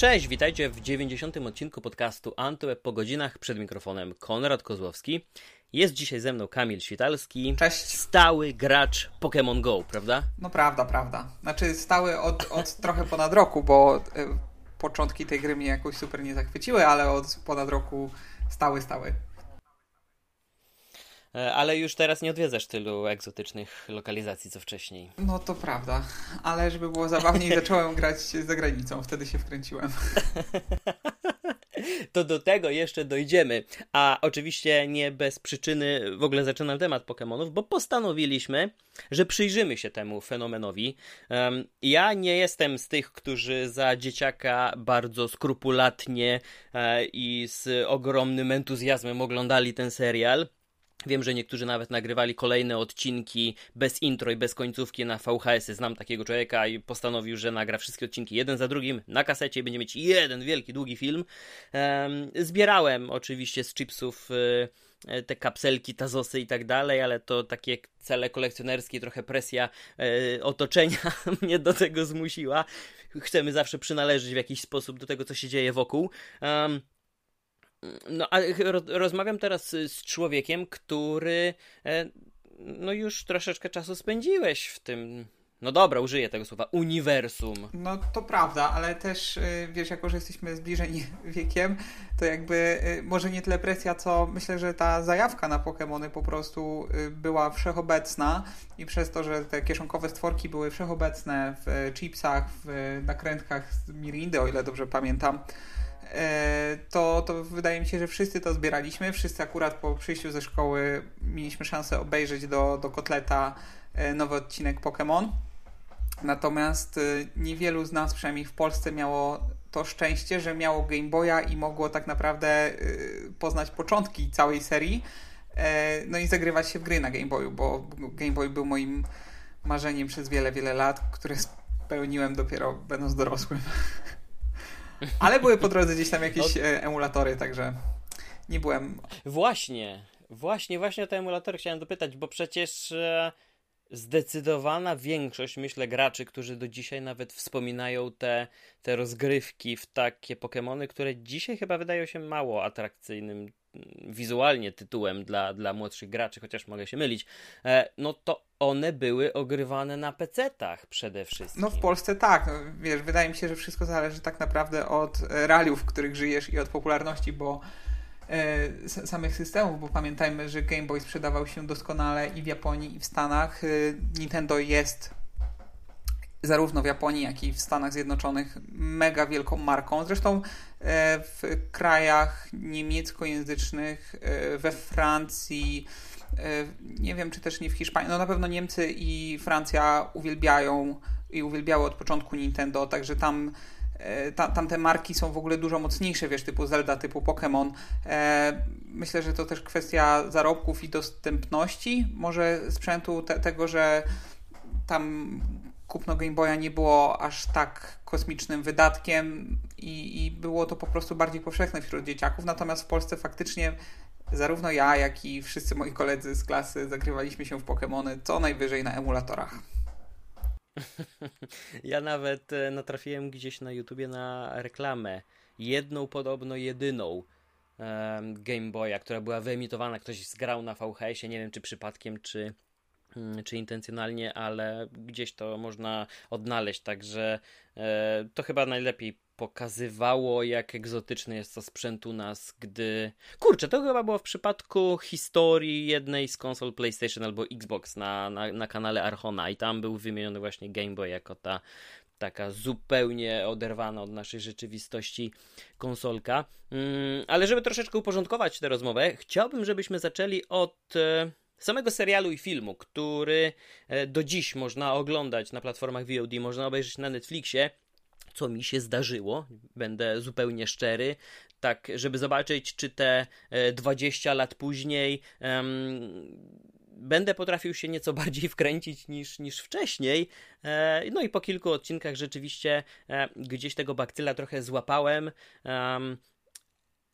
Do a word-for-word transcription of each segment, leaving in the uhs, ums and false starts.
Cześć, witajcie w dziewięćdziesiątym odcinku podcastu Antyweb po godzinach. Przed mikrofonem Konrad Kozłowski. Jest dzisiaj ze mną Kamil Świtalski. Cześć. Stały gracz Pokémon Go, prawda? No prawda, prawda. Znaczy stały od, od trochę ponad roku, bo y, początki tej gry mnie jakoś super nie zachwyciły, ale od ponad roku stały, stały. Ale już teraz nie odwiedzasz tylu egzotycznych lokalizacji, co wcześniej. No to prawda, ale żeby było zabawniej, zacząłem grać za granicą, wtedy się wkręciłem. To do tego jeszcze dojdziemy. A oczywiście nie bez przyczyny w ogóle zaczynam temat Pokémonów, bo postanowiliśmy, że przyjrzymy się temu fenomenowi. Um, ja nie jestem z tych, którzy za dzieciaka bardzo skrupulatnie e, i z ogromnym entuzjazmem oglądali ten serial. Wiem, że niektórzy nawet nagrywali kolejne odcinki bez intro i bez końcówki na V H S-y. Znam takiego człowieka i postanowił, że nagra wszystkie odcinki jeden za drugim na kasecie i będzie mieć jeden wielki, długi film. Um, zbierałem oczywiście z chipsów y, te kapselki, tazosy i tak dalej, ale to takie cele kolekcjonerskie, trochę presja y, otoczenia mnie do tego zmusiła. Chcemy zawsze przynależeć w jakiś sposób do tego, co się dzieje wokół. Um, No, a rozmawiam teraz z człowiekiem, który no już troszeczkę czasu spędziłeś w tym, no dobra, użyję tego słowa, uniwersum. No to prawda, ale też wiesz, jako że jesteśmy zbliżeni wiekiem, to jakby może nie tyle presja, co myślę, że ta zajawka na Pokemony po prostu była wszechobecna i przez to, że te kieszonkowe stworki były wszechobecne w chipsach, w nakrętkach z Mirindy, o ile dobrze pamiętam, To, to wydaje mi się, że wszyscy to zbieraliśmy. Wszyscy akurat po przyjściu ze szkoły mieliśmy szansę obejrzeć do, do kotleta nowy odcinek Pokémon. Natomiast niewielu z nas, przynajmniej w Polsce, miało to szczęście, że miało Game Boya i mogło tak naprawdę poznać początki całej serii, no i zagrywać się w gry na Game Boyu, bo Game Boy był moim marzeniem przez wiele, wiele lat, które spełniłem dopiero będąc dorosłym. Ale były po drodze gdzieś tam jakieś emulatory, także nie byłem... Właśnie, właśnie, właśnie o te emulatory chciałem dopytać, bo przecież e, zdecydowana większość, myślę, graczy, którzy do dzisiaj nawet wspominają te, te rozgrywki w takie Pokemony, które dzisiaj chyba wydają się mało atrakcyjnym wizualnie tytułem dla, dla młodszych graczy, chociaż mogę się mylić, e, no to one były ogrywane na pecetach przede wszystkim. No w Polsce tak, no, wiesz, wydaje mi się, że wszystko zależy tak naprawdę od realiów, w których żyjesz i od popularności, bo e, samych systemów, bo pamiętajmy, że Game Boy sprzedawał się doskonale i w Japonii, i w Stanach. E, Nintendo jest zarówno w Japonii, jak i w Stanach Zjednoczonych mega wielką marką. Zresztą w krajach niemieckojęzycznych, we Francji, nie wiem, czy też nie w Hiszpanii, no na pewno Niemcy i Francja uwielbiają i uwielbiały od początku Nintendo, także tam Tam, tam te marki są w ogóle dużo mocniejsze, wiesz, typu Zelda, typu Pokémon. Myślę, że to też kwestia zarobków i dostępności, może sprzętu te, tego, że tam kupno Game Boya nie było aż tak kosmicznym wydatkiem i, i było to po prostu bardziej powszechne wśród dzieciaków, natomiast w Polsce faktycznie zarówno ja, jak i wszyscy moi koledzy z klasy zagrywaliśmy się w Pokemony co najwyżej na emulatorach. Ja nawet natrafiłem gdzieś na YouTubie na reklamę, jedną podobno jedyną um, Game Boya, która była wyemitowana, ktoś zgrał na V H S-ie, nie wiem czy przypadkiem, czy czy intencjonalnie, ale gdzieś to można odnaleźć, także e, to chyba najlepiej pokazywało, jak egzotyczny jest to sprzęt u nas, gdy... Kurczę, to chyba było w przypadku historii jednej z konsol PlayStation albo Xbox na, na, na kanale Archona i tam był wymieniony właśnie Game Boy jako ta taka zupełnie oderwana od naszej rzeczywistości konsolka. Mm, ale żeby troszeczkę uporządkować tę rozmowę, chciałbym, żebyśmy zaczęli od... E, samego serialu i filmu, który do dziś można oglądać na platformach V O D, można obejrzeć na Netflixie, co mi się zdarzyło, będę zupełnie szczery, tak, żeby zobaczyć, czy te dwadzieścia lat później um, będę potrafił się nieco bardziej wkręcić niż, niż wcześniej. E, no i po kilku odcinkach rzeczywiście e, gdzieś tego bakcyla trochę złapałem. Um,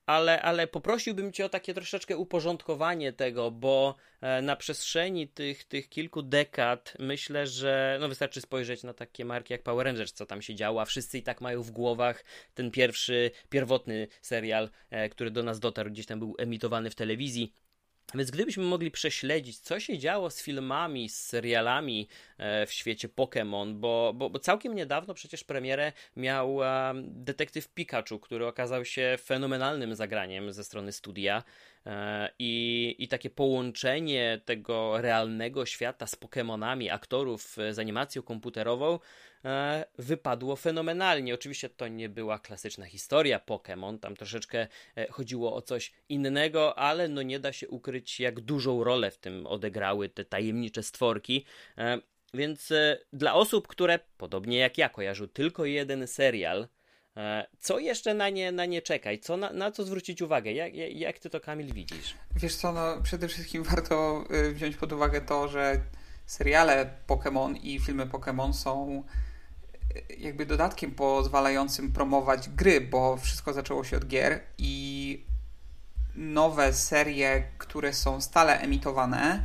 ale, ale poprosiłbym cię o takie troszeczkę uporządkowanie tego, bo na przestrzeni tych, tych kilku dekad myślę, że no wystarczy spojrzeć na takie marki jak Power Rangers, co tam się działo, a wszyscy i tak mają w głowach ten pierwszy, pierwotny serial, który do nas dotarł, gdzieś tam był emitowany w telewizji. Więc gdybyśmy mogli prześledzić, co się działo z filmami, z serialami w świecie Pokémon, bo, bo, bo całkiem niedawno przecież premierę miał um, Detektyw Pikachu, który okazał się fenomenalnym zagraniem ze strony studia. I, i takie połączenie tego realnego świata z Pokémonami, aktorów z animacją komputerową wypadło fenomenalnie. Oczywiście to nie była klasyczna historia Pokémon, tam troszeczkę chodziło o coś innego, ale no nie da się ukryć, jak dużą rolę w tym odegrały te tajemnicze stworki. Więc dla osób, które podobnie jak ja kojarzą tylko jeden serial, co jeszcze na nie, na nie czekać? Co, na, na co zwrócić uwagę? Jak, jak ty to, Kamil, widzisz? Wiesz co, no przede wszystkim warto wziąć pod uwagę to, że seriale Pokémon i filmy Pokémon są jakby dodatkiem pozwalającym promować gry, bo wszystko zaczęło się od gier i nowe serie, które są stale emitowane,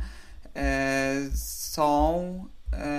są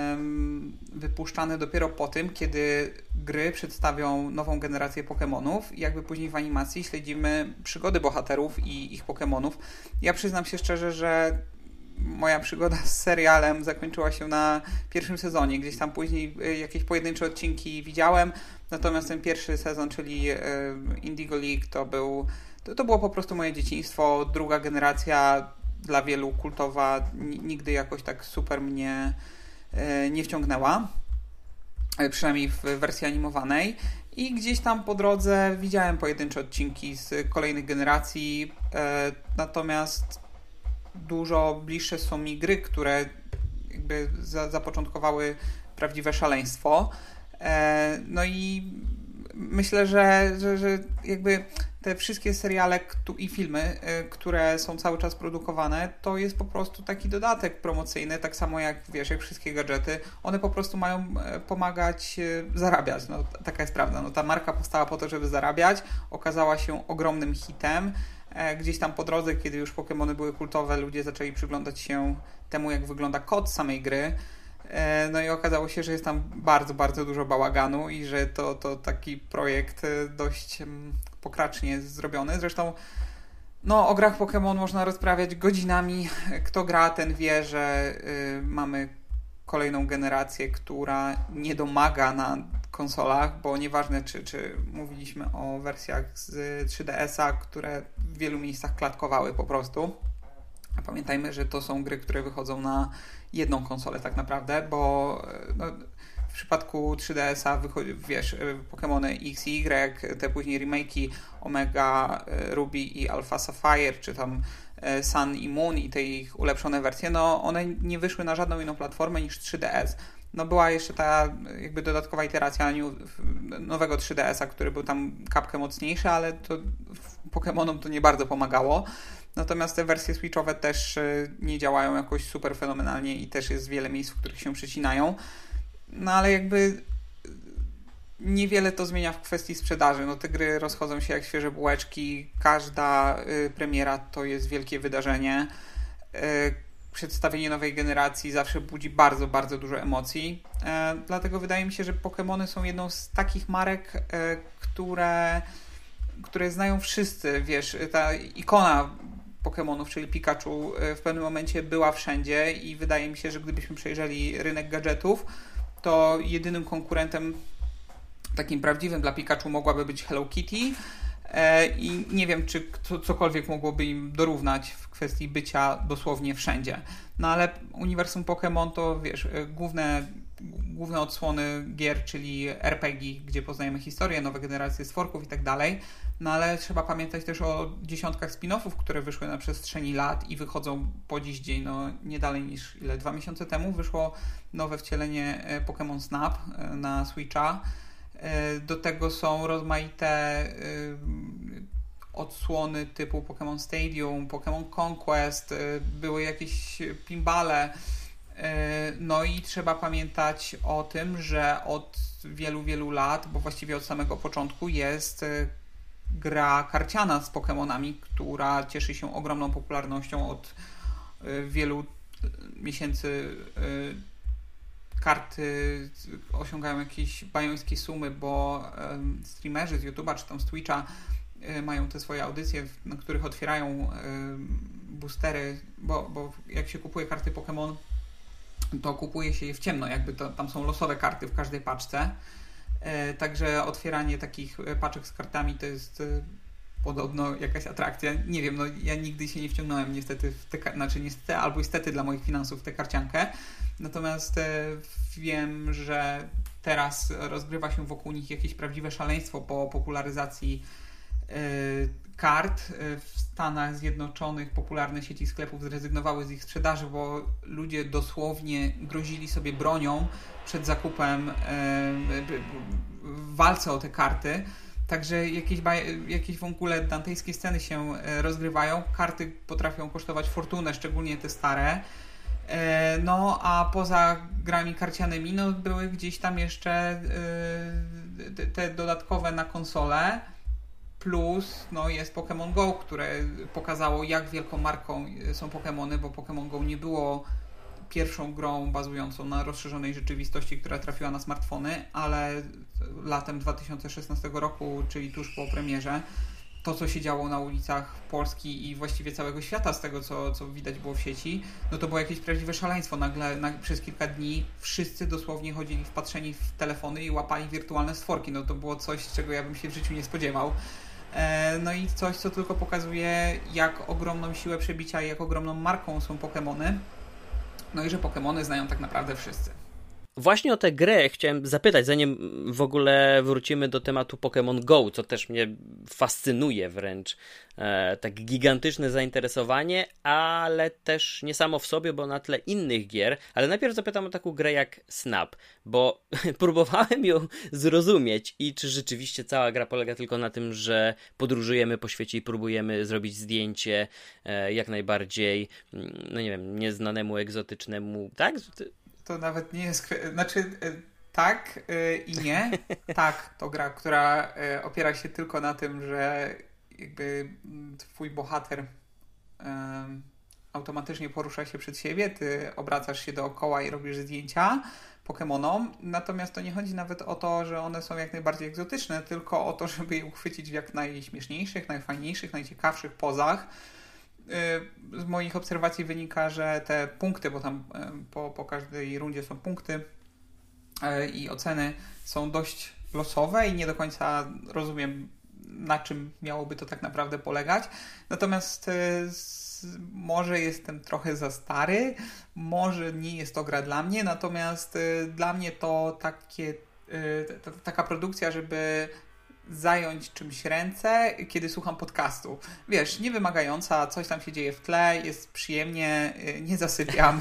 wypuszczane dopiero po tym, kiedy gry przedstawią nową generację Pokémonów i jakby później w animacji śledzimy przygody bohaterów i ich Pokémonów. Ja przyznam się szczerze, że moja przygoda z serialem zakończyła się na pierwszym sezonie. Gdzieś tam później jakieś pojedyncze odcinki widziałem, natomiast ten pierwszy sezon, czyli Indigo League, to był to, to było po prostu moje dzieciństwo. Druga generacja, dla wielu kultowa, nigdy jakoś tak super mnie nie wciągnęła, przynajmniej w wersji animowanej, i gdzieś tam po drodze widziałem pojedyncze odcinki z kolejnych generacji, natomiast dużo bliższe są mi gry, które jakby za, zapoczątkowały prawdziwe szaleństwo. No i myślę, że, że, że jakby te wszystkie seriale i filmy, które są cały czas produkowane, to jest po prostu taki dodatek promocyjny, tak samo jak, wiesz, jak wszystkie gadżety. One po prostu mają pomagać zarabiać. No, taka jest prawda. No, ta marka powstała po to, żeby zarabiać. Okazała się ogromnym hitem. Gdzieś tam po drodze, kiedy już Pokémony były kultowe, ludzie zaczęli przyglądać się temu, jak wygląda kod samej gry. No i okazało się, że jest tam bardzo, bardzo dużo bałaganu i że to, to taki projekt dość pokracznie zrobiony. Zresztą no, o grach Pokémon można rozprawiać godzinami. Kto gra, ten wie, że y, mamy kolejną generację, która nie domaga na konsolach, bo nieważne, czy, czy mówiliśmy o wersjach z trzy D S a, które w wielu miejscach klatkowały po prostu. A pamiętajmy, że to są gry, które wychodzą na jedną konsolę tak naprawdę, bo no, w przypadku trzy D S a wychodzi, wiesz, Pokémony X i Y, te później remake'i Omega Ruby i Alpha Sapphire, czy tam Sun i Moon i te ich ulepszone wersje, no one nie wyszły na żadną inną platformę niż trzy D S. No była jeszcze ta jakby dodatkowa iteracja nowego trzy D S a, który był tam kapkę mocniejszy, ale to Pokémonom to nie bardzo pomagało. Natomiast te wersje switchowe też nie działają jakoś super fenomenalnie i też jest wiele miejsc, w których się przecinają. No ale jakby niewiele to zmienia w kwestii sprzedaży. No te gry rozchodzą się jak świeże bułeczki. Każda y, premiera to jest wielkie wydarzenie. Y, przedstawienie nowej generacji zawsze budzi bardzo, bardzo dużo emocji. Y, dlatego wydaje mi się, że Pokémony są jedną z takich marek, y, które, które znają wszyscy. Wiesz, ta ikona Pokémonów, czyli Pikachu, w pewnym momencie była wszędzie i wydaje mi się, że gdybyśmy przejrzeli rynek gadżetów, to jedynym konkurentem takim prawdziwym dla Pikachu mogłaby być Hello Kitty i nie wiem, czy cokolwiek mogłoby im dorównać w kwestii bycia dosłownie wszędzie. No ale uniwersum Pokémon to, wiesz, główne, główne odsłony gier, czyli R P G, gdzie poznajemy historię, nowe generacje stworków i tak dalej. No ale trzeba pamiętać też o dziesiątkach spin-offów, które wyszły na przestrzeni lat i wychodzą po dziś dzień. No nie dalej niż ile? Dwa miesiące temu wyszło nowe wcielenie Pokémon Snap na Switcha. Do tego są rozmaite odsłony typu Pokémon Stadium, Pokémon Conquest, były jakieś pinballe. No i trzeba pamiętać o tym, że od wielu, wielu lat, bo właściwie od samego początku jest gra karciana z Pokemonami, która cieszy się ogromną popularnością od wielu miesięcy. Karty osiągają jakieś bajońskie sumy, bo streamerzy z YouTube'a czy tam z Twitcha mają te swoje audycje, na których otwierają boostery, bo, bo jak się kupuje karty Pokémon, to kupuje się je w ciemno, jakby to, tam są losowe karty w każdej paczce. Także otwieranie takich paczek z kartami to jest podobno jakaś atrakcja. Nie wiem, no ja nigdy się nie wciągnąłem niestety w te, znaczy niestety, albo niestety dla moich finansów w tę karciankę. Natomiast e, wiem, że teraz rozgrywa się wokół nich jakieś prawdziwe szaleństwo po popularyzacji e, kart. E, w Stanach Zjednoczonych popularne sieci sklepów zrezygnowały z ich sprzedaży, bo ludzie dosłownie grozili sobie bronią przed zakupem e, w walce o te karty. Także jakieś, jakieś w ogóle dantejskie sceny się rozgrywają. Karty potrafią kosztować fortunę, szczególnie te stare. No, a poza grami karcianymi, no, były gdzieś tam jeszcze te dodatkowe na konsolę. Plus, no, jest Pokémon Go, które pokazało, jak wielką marką są Pokémony, bo Pokémon Go nie było pierwszą grą bazującą na rozszerzonej rzeczywistości, która trafiła na smartfony, ale latem dwa tysiące szesnastego roku, czyli tuż po premierze, to, co się działo na ulicach Polski i właściwie całego świata, z tego, co, co widać było w sieci, no to było jakieś prawdziwe szaleństwo. Nagle na, przez kilka dni wszyscy dosłownie chodzili wpatrzeni w telefony i łapali wirtualne stworki. No to było coś, czego ja bym się w życiu nie spodziewał. E, no i coś, co tylko pokazuje, jak ogromną siłę przebicia i jak ogromną marką są Pokémony. No i że Pokémony znają tak naprawdę wszyscy. Właśnie o tę grę chciałem zapytać, zanim w ogóle wrócimy do tematu Pokémon Go, co też mnie fascynuje wręcz, e, tak gigantyczne zainteresowanie, ale też nie samo w sobie, bo na tle innych gier, ale najpierw zapytam o taką grę jak Snap, bo próbowałem ją zrozumieć i czy rzeczywiście cała gra polega tylko na tym, że podróżujemy po świecie i próbujemy zrobić zdjęcie e, jak najbardziej, no nie wiem, nieznanemu, egzotycznemu, tak? To nawet nie jest... Znaczy, tak i nie. Tak, to gra, która opiera się tylko na tym, że jakby twój bohater um, automatycznie porusza się przed siebie, ty obracasz się dookoła i robisz zdjęcia Pokemonom. Natomiast to nie chodzi nawet o to, że one są jak najbardziej egzotyczne, tylko o to, żeby je uchwycić w jak najśmieszniejszych, najfajniejszych, najciekawszych pozach. Z moich obserwacji wynika, że te punkty, bo tam po, po każdej rundzie są punkty i oceny, są dość losowe i nie do końca rozumiem, na czym miałoby to tak naprawdę polegać. Natomiast może jestem trochę za stary, może nie jest to gra dla mnie, natomiast dla mnie to takie, t- taka produkcja, żeby zająć czymś ręce, kiedy słucham podcastu. Wiesz, niewymagająca, coś tam się dzieje w tle, jest przyjemnie, nie zasypiam.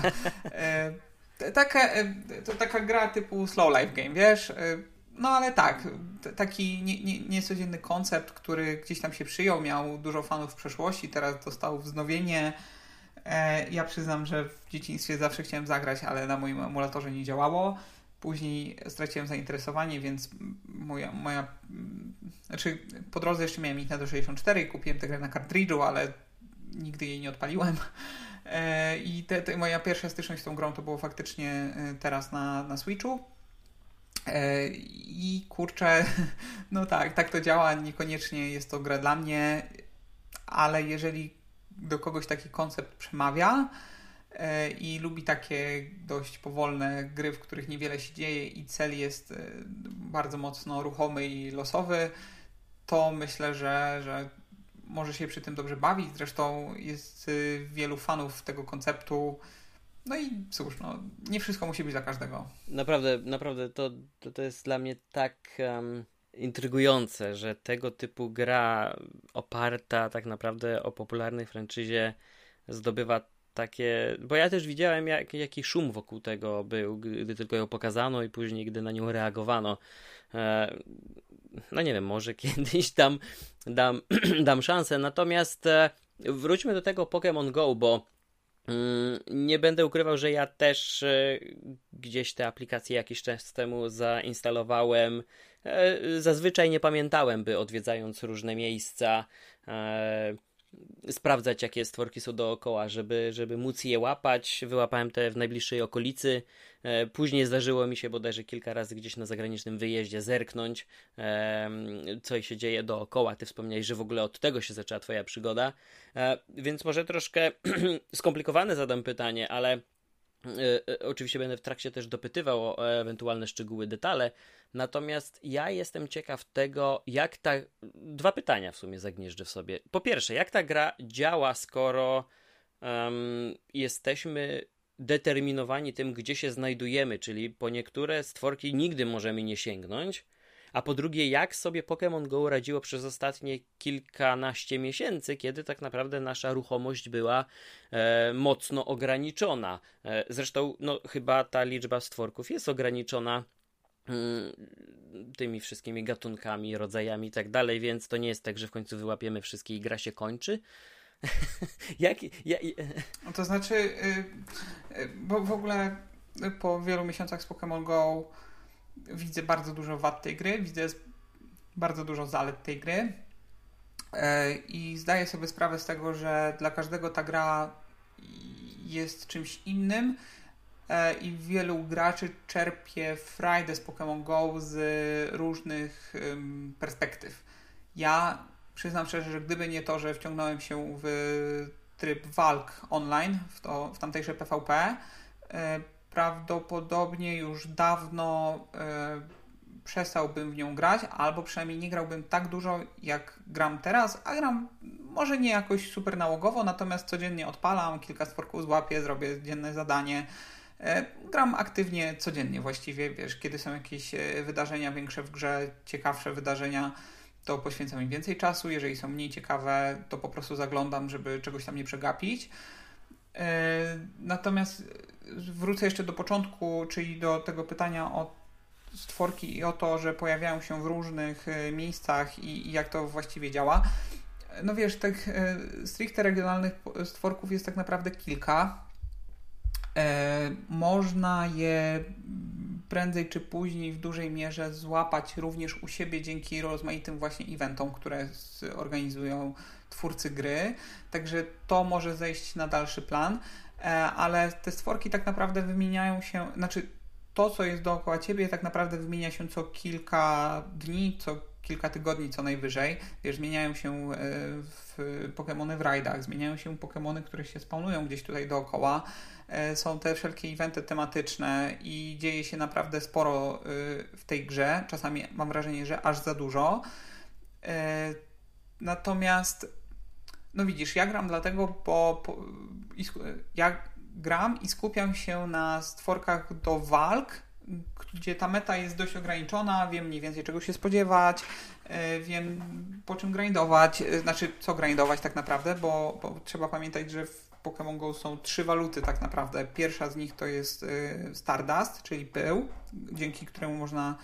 Taka, to taka gra typu slow life game, wiesz? No ale tak, taki nie, nie, niecodzienny koncept, który gdzieś tam się przyjął, miał dużo fanów w przeszłości, teraz dostał wznowienie. Ja przyznam, że w dzieciństwie zawsze chciałem zagrać, ale na moim emulatorze nie działało. Później straciłem zainteresowanie, więc moja, moja znaczy po drodze jeszcze miałem Nintendo sześćdziesiąt cztery i kupiłem tę grę na kartridżu, ale nigdy jej nie odpaliłem. I te, te, moja pierwsza styczność z tą grą to było faktycznie teraz na, na Switchu. I kurczę, no tak, tak to działa, niekoniecznie jest to gra dla mnie, ale jeżeli do kogoś taki koncept przemawia i lubi takie dość powolne gry, w których niewiele się dzieje i cel jest bardzo mocno ruchomy i losowy, to myślę, że, że może się przy tym dobrze bawić. Zresztą jest wielu fanów tego konceptu. No i cóż, no, nie wszystko musi być dla każdego. Naprawdę, naprawdę to, to, to jest dla mnie tak um, intrygujące, że tego typu gra oparta tak naprawdę o popularnej franczyzie zdobywa takie... Bo ja też widziałem, jak, jaki szum wokół tego był, gdy tylko ją pokazano i później, gdy na nią reagowano. E, no nie wiem, może kiedyś dam, dam, dam szansę. Natomiast e, wróćmy do tego Pokémon Go, bo nie będę ukrywał, że ja też gdzieś te aplikacje jakiś czas temu zainstalowałem, zazwyczaj nie pamiętałem, by odwiedzając różne miejsca sprawdzać, jakie stworki są dookoła, żeby, żeby móc je łapać. Wyłapałem te w najbliższej okolicy. Później zdarzyło mi się bodajże kilka razy gdzieś na zagranicznym wyjeździe zerknąć, co się dzieje dookoła. Ty wspomniałeś, że w ogóle od tego się zaczęła twoja przygoda. Więc może troszkę skomplikowane zadam pytanie, ale oczywiście będę w trakcie też dopytywał o ewentualne szczegóły, detale. Natomiast ja jestem ciekaw tego, jak ta... Dwa pytania w sumie zagnieżdżę w sobie. Po pierwsze, jak ta gra działa, skoro um, jesteśmy determinowani tym, gdzie się znajdujemy, czyli po niektóre stworki nigdy możemy nie sięgnąć, a po drugie, jak sobie Pokémon Go radziło przez ostatnie kilkanaście miesięcy, kiedy tak naprawdę nasza ruchomość była e, mocno ograniczona. E, zresztą, no, chyba ta liczba stworków jest ograniczona mm, tymi wszystkimi gatunkami, rodzajami i tak dalej, więc to nie jest tak, że w końcu wyłapiemy wszystkie i gra się kończy. jak, ja, no to znaczy, yy, yy, bo w ogóle po wielu miesiącach z Pokémon Go widzę bardzo dużo wad tej gry, widzę bardzo dużo zalet tej gry yy, i zdaję sobie sprawę z tego, że dla każdego ta gra jest czymś innym yy, i wielu graczy czerpie frajdę z Pokémon Go z różnych yy, perspektyw. Ja przyznam szczerze, że gdyby nie to, że wciągnąłem się w tryb walk online, w, to, w tamtejsze P V P, yy, prawdopodobnie już dawno y, przestałbym w nią grać, albo przynajmniej nie grałbym tak dużo, jak gram teraz, a gram może nie jakoś super nałogowo, natomiast codziennie odpalam, kilka stworków złapię, zrobię dzienne zadanie. Y, gram aktywnie codziennie właściwie, wiesz, kiedy są jakieś wydarzenia większe w grze, ciekawsze wydarzenia, to poświęcam im więcej czasu, jeżeli są mniej ciekawe, to po prostu zaglądam, żeby czegoś tam nie przegapić. Y, natomiast wrócę jeszcze do początku, czyli do tego pytania o stworki i o to, że pojawiają się w różnych miejscach i, i jak to właściwie działa. No wiesz, tych stricte regionalnych stworków jest tak naprawdę kilka. E, można je prędzej czy później w dużej mierze złapać również u siebie dzięki rozmaitym właśnie eventom, które organizują twórcy gry. Także to może zejść na dalszy plan. Ale te stworki tak naprawdę wymieniają się, znaczy to, co jest dookoła ciebie, tak naprawdę wymienia się co kilka dni, co kilka tygodni co najwyżej. Wiesz, zmieniają się w Pokemony w rajdach, zmieniają się Pokemony, które się spawnują gdzieś tutaj dookoła. Są te wszelkie eventy tematyczne i dzieje się naprawdę sporo w tej grze. Czasami mam wrażenie, że aż za dużo. Natomiast no widzisz, ja gram dlatego, bo, bo ja gram i skupiam się na stworkach do walk, gdzie ta meta jest dość ograniczona, wiem mniej więcej czego się spodziewać, wiem po czym grindować, znaczy co grindować tak naprawdę, bo, bo trzeba pamiętać, że w Pokémon Go są trzy waluty tak naprawdę. Pierwsza z nich to jest Stardust, czyli pył, dzięki któremu można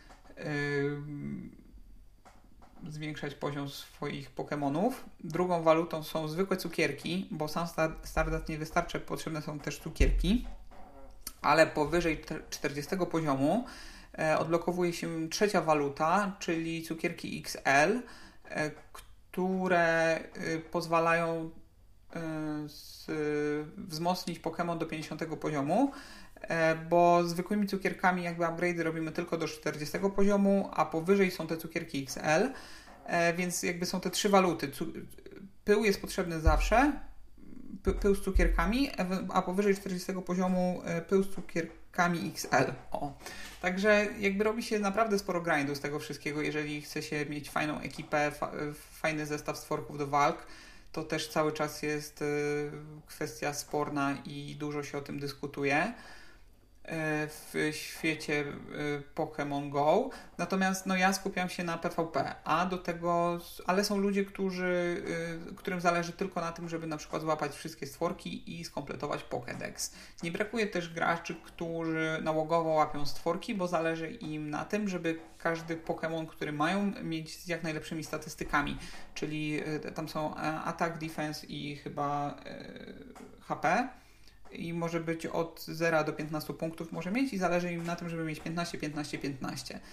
zwiększać poziom swoich Pokémonów. Drugą walutą są zwykłe cukierki, bo sam Stardust nie wystarczy, potrzebne są też cukierki, ale powyżej czterdziestego poziomu e, odblokowuje się trzecia waluta, czyli cukierki X L, e, które e, pozwalają e, z, e, wzmocnić Pokémon do pięćdziesiątego poziomu, e, bo zwykłymi cukierkami jakby upgrade'y robimy tylko do czterdziestego poziomu, a powyżej są te cukierki X L, e, więc jakby są te trzy waluty. Cu- pył jest potrzebny zawsze, pył z cukierkami, a powyżej czterdziestego poziomu pył z cukierkami X L. O. Także jakby robi się naprawdę sporo grindu z tego wszystkiego, jeżeli chce się mieć fajną ekipę, fa- fajny zestaw stworków do walk, to też cały czas jest kwestia sporna i dużo się o tym dyskutuje w świecie Pokémon Go. Natomiast no ja skupiam się na P V P, a do tego, ale są ludzie, którzy, którym zależy tylko na tym, żeby na przykład złapać wszystkie stworki i skompletować Pokédex. Nie brakuje też graczy, którzy nałogowo łapią stworki, bo zależy im na tym, żeby każdy Pokémon, który mają, mieć z jak najlepszymi statystykami, czyli tam są attack, defense i chyba H P. I może być od zera do piętnastu punktów może mieć i zależy im na tym, żeby mieć piętnaście, piętnaście, piętnaście.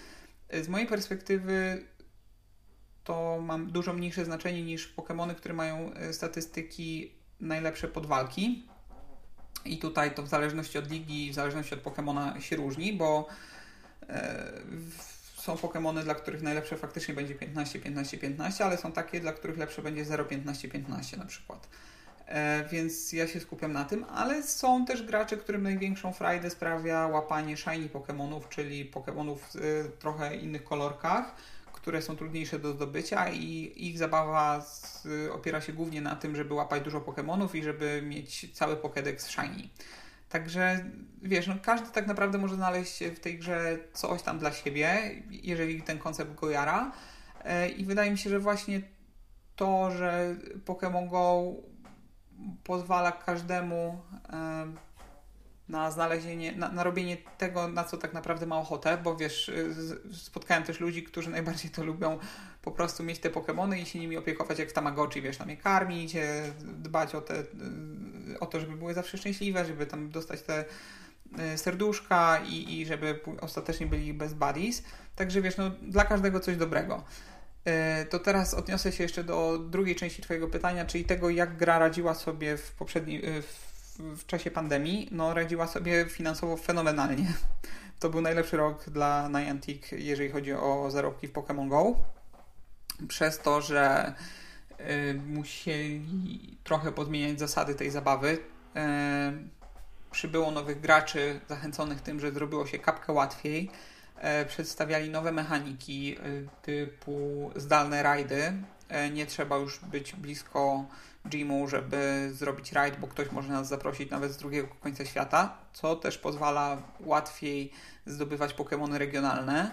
Z mojej perspektywy to mam dużo mniejsze znaczenie niż Pokemony, które mają statystyki najlepsze podwalki. I tutaj to w zależności od ligi, w zależności od Pokemona się różni, bo e, są Pokemony, dla których najlepsze faktycznie będzie piętnaście piętnaście piętnaście, ale są takie, dla których lepsze będzie zero piętnaście piętnaście na przykład. E, więc ja się skupiam na tym, ale są też gracze, którym największą frajdę sprawia łapanie shiny Pokemonów, czyli Pokemonów w y, trochę innych kolorkach, które są trudniejsze do zdobycia i ich zabawa z, opiera się głównie na tym, żeby łapać dużo Pokemonów i żeby mieć cały Pokédex shiny. Także wiesz, no każdy tak naprawdę może znaleźć w tej grze coś tam dla siebie, jeżeli ten koncept go jara. I wydaje mi się, że właśnie to, że Pokémon Go pozwala każdemu na znalezienie, na, na robienie tego, na co tak naprawdę ma ochotę, bo wiesz, spotkałem też ludzi, którzy najbardziej to lubią po prostu mieć te Pokemony i się nimi opiekować jak w Tamagotchi, wiesz, tam je karmić, dbać o te, o to, żeby były zawsze szczęśliwe, żeby tam dostać te serduszka i, i żeby ostatecznie byli best buddies. Także wiesz, no dla każdego coś dobrego. To teraz odniosę się jeszcze do drugiej części twojego pytania, czyli tego, jak gra radziła sobie w poprzednim, w w czasie pandemii. No radziła sobie finansowo fenomenalnie. To był najlepszy rok dla Niantic, jeżeli chodzi o zarobki w Pokémon Go. Przez to, że y, musieli trochę pozmieniać zasady tej zabawy. Y, przybyło nowych graczy zachęconych tym, że zrobiło się kapkę łatwiej. Y, przedstawiali nowe mechaniki y, typu zdalne rajdy. Y, nie trzeba już być blisko gymu, żeby zrobić raid, bo ktoś może nas zaprosić nawet z drugiego końca świata, co też pozwala łatwiej zdobywać Pokemony regionalne.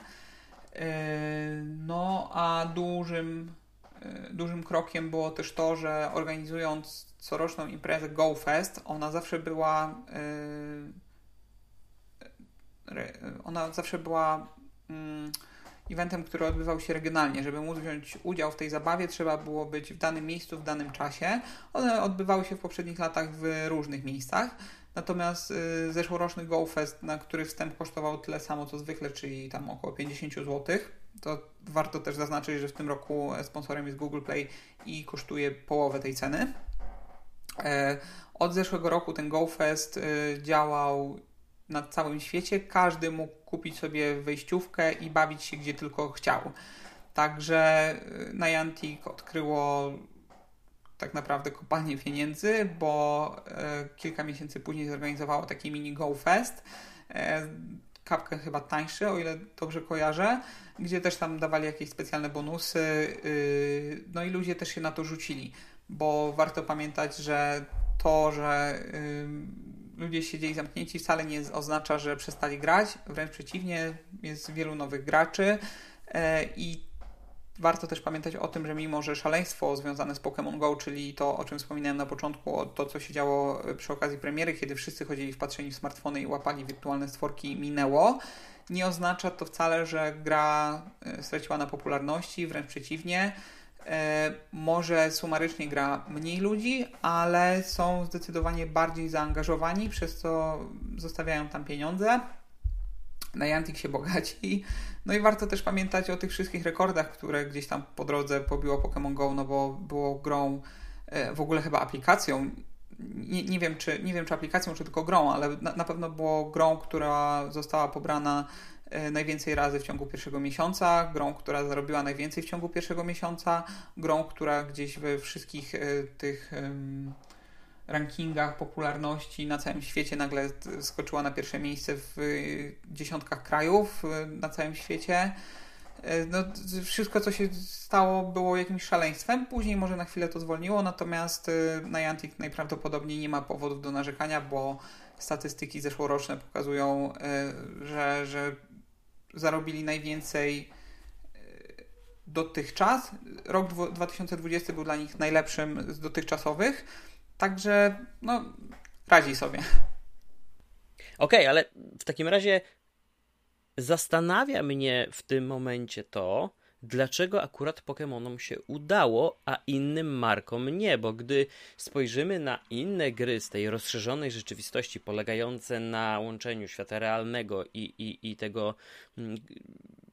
No a dużym, dużym krokiem było też to, że organizując coroczną imprezę GoFest, ona zawsze była ona zawsze była eventem, który odbywał się regionalnie. Żeby móc wziąć udział w tej zabawie, trzeba było być w danym miejscu, w danym czasie. One odbywały się w poprzednich latach w różnych miejscach. Natomiast y, zeszłoroczny GoFest, na który wstęp kosztował tyle samo co zwykle, czyli tam około pięćdziesiąt złotych. To warto też zaznaczyć, że w tym roku sponsorem jest Google Play i kosztuje połowę tej ceny. E, od zeszłego roku ten GoFest y, działał na całym świecie. Każdy mógł kupić sobie wejściówkę i bawić się gdzie tylko chciał. Także Niantic odkryło tak naprawdę kopalnię pieniędzy, bo e, kilka miesięcy później zorganizowało taki mini Go Fest. E, kapkę chyba tańszy, o ile dobrze kojarzę, gdzie też tam dawali jakieś specjalne bonusy. Yy, no i ludzie też się na to rzucili, bo warto pamiętać, że to, że yy, ludzie siedzieli zamknięci, wcale nie oznacza, że przestali grać. Wręcz przeciwnie, jest wielu nowych graczy yy, i warto też pamiętać o tym, że mimo, że szaleństwo związane z Pokémon Go, czyli to, o czym wspominałem na początku, to, co się działo przy okazji premiery, kiedy wszyscy chodzili wpatrzeni w smartfony i łapali wirtualne stworki, minęło, nie oznacza to wcale, że gra straciła na popularności, wręcz przeciwnie. E, może sumarycznie gra mniej ludzi, ale są zdecydowanie bardziej zaangażowani, przez co zostawiają tam pieniądze. Niantic się bogaci. No i warto też pamiętać o tych wszystkich rekordach, które gdzieś tam po drodze pobiło Pokémon Go, no bo było grą, w ogóle chyba aplikacją, nie, nie wiem czy nie wiem czy aplikacją, czy tylko grą, ale na, na pewno było grą, która została pobrana najwięcej razy w ciągu pierwszego miesiąca, grą, która zarobiła najwięcej w ciągu pierwszego miesiąca, grą, która gdzieś we wszystkich tych rankingach popularności na całym świecie nagle skoczyła na pierwsze miejsce w dziesiątkach krajów na całym świecie. No, wszystko, co się stało, było jakimś szaleństwem. Później może na chwilę to zwolniło, natomiast Niantic najprawdopodobniej nie ma powodów do narzekania, bo statystyki zeszłoroczne pokazują, że, że zarobili najwięcej dotychczas. Rok dwa tysiące dwudziesty był dla nich najlepszym z dotychczasowych. Także, no, radzi sobie. Okej, okay, ale w takim razie zastanawia mnie w tym momencie to, dlaczego akurat Pokémonom się udało, a innym markom nie, bo gdy spojrzymy na inne gry z tej rozszerzonej rzeczywistości polegające na łączeniu świata realnego i, i, i tego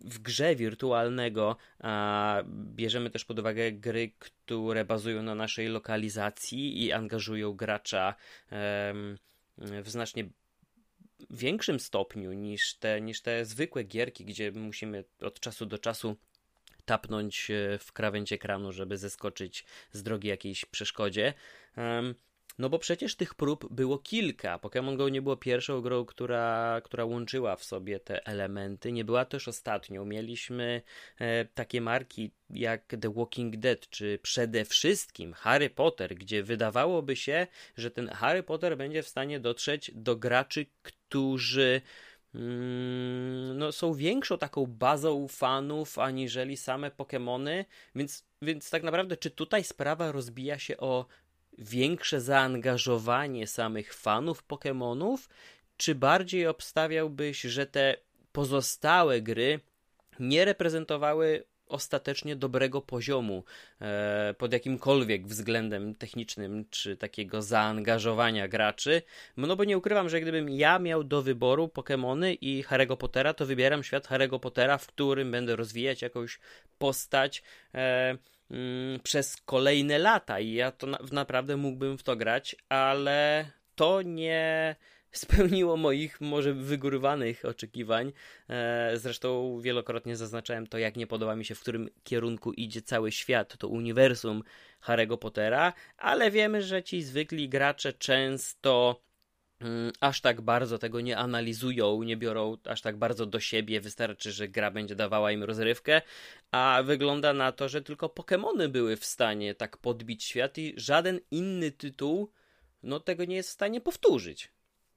w grze wirtualnego a bierzemy też pod uwagę gry, które bazują na naszej lokalizacji i angażują gracza em, w znacznie większym stopniu niż te, niż te zwykłe gierki, gdzie musimy od czasu do czasu tapnąć w krawędź ekranu, żeby zeskoczyć z drogi jakiejś przeszkodzie. Um, No bo przecież tych prób było kilka. Pokémon Go nie było pierwszą grą, która, która łączyła w sobie te elementy. Nie była też ostatnią. Mieliśmy e, takie marki jak The Walking Dead, czy przede wszystkim Harry Potter, gdzie wydawałoby się, że ten Harry Potter będzie w stanie dotrzeć do graczy, którzy mm, no, są większą taką bazą fanów aniżeli same Pokémony. Więc, więc tak naprawdę, czy tutaj sprawa rozbija się o większe zaangażowanie samych fanów Pokemonów, czy bardziej obstawiałbyś, że te pozostałe gry nie reprezentowały ostatecznie dobrego poziomu e, pod jakimkolwiek względem technicznym, czy takiego zaangażowania graczy? No bo nie ukrywam, że gdybym ja miał do wyboru Pokemony i Harry'ego Pottera, to wybieram świat Harry'ego Pottera, w którym będę rozwijać jakąś postać e, przez kolejne lata i ja to na, naprawdę mógłbym w to grać, ale to nie spełniło moich może wygórowanych oczekiwań. E, zresztą wielokrotnie zaznaczałem to, jak nie podoba mi się, w którym kierunku idzie cały świat, to uniwersum Harry'ego Pottera, ale wiemy, że ci zwykli gracze często aż tak bardzo tego nie analizują, nie biorą aż tak bardzo do siebie, wystarczy, że gra będzie dawała im rozrywkę, a wygląda na to, że tylko Pokemony były w stanie tak podbić świat i żaden inny tytuł no tego nie jest w stanie powtórzyć.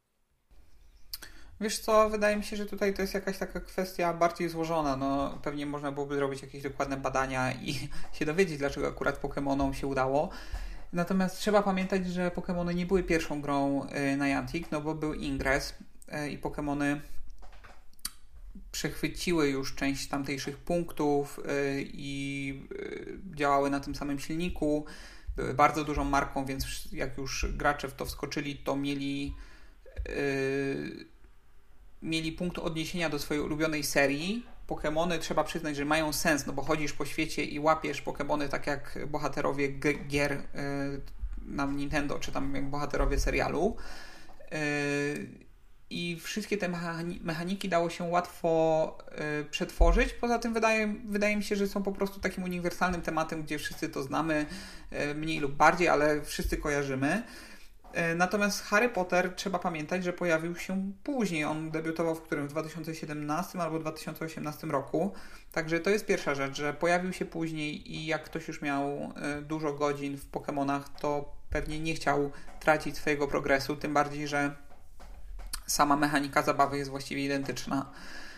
Wiesz co, wydaje mi się, że tutaj to jest jakaś taka kwestia bardziej złożona. No, pewnie można byłoby zrobić jakieś dokładne badania i się dowiedzieć, dlaczego akurat Pokemonom się udało. Natomiast trzeba pamiętać, że Pokemony nie były pierwszą grą Niantic, no bo był Ingress i Pokemony przechwyciły już część tamtejszych punktów i działały na tym samym silniku. Były bardzo dużą marką, więc jak już gracze w to wskoczyli, to mieli yy, mieli punkt odniesienia do swojej ulubionej serii. Pokemony trzeba przyznać, że mają sens, no bo chodzisz po świecie i łapiesz Pokemony tak jak bohaterowie g- gier yy, na Nintendo, czy tam jak bohaterowie serialu. Yy, I wszystkie te mechaniki dało się łatwo yy, przetworzyć. Poza tym wydaje, wydaje mi się, że są po prostu takim uniwersalnym tematem, gdzie wszyscy to znamy, yy, mniej lub bardziej, ale wszyscy kojarzymy. Natomiast Harry Potter, trzeba pamiętać, że pojawił się później. On debiutował w którym? W dwa tysiące siedemnastym albo dwa tysiące osiemnastym roku. Także to jest pierwsza rzecz, że pojawił się później i jak ktoś już miał dużo godzin w Pokemonach, to pewnie nie chciał tracić swojego progresu, tym bardziej, że sama mechanika zabawy jest właściwie identyczna.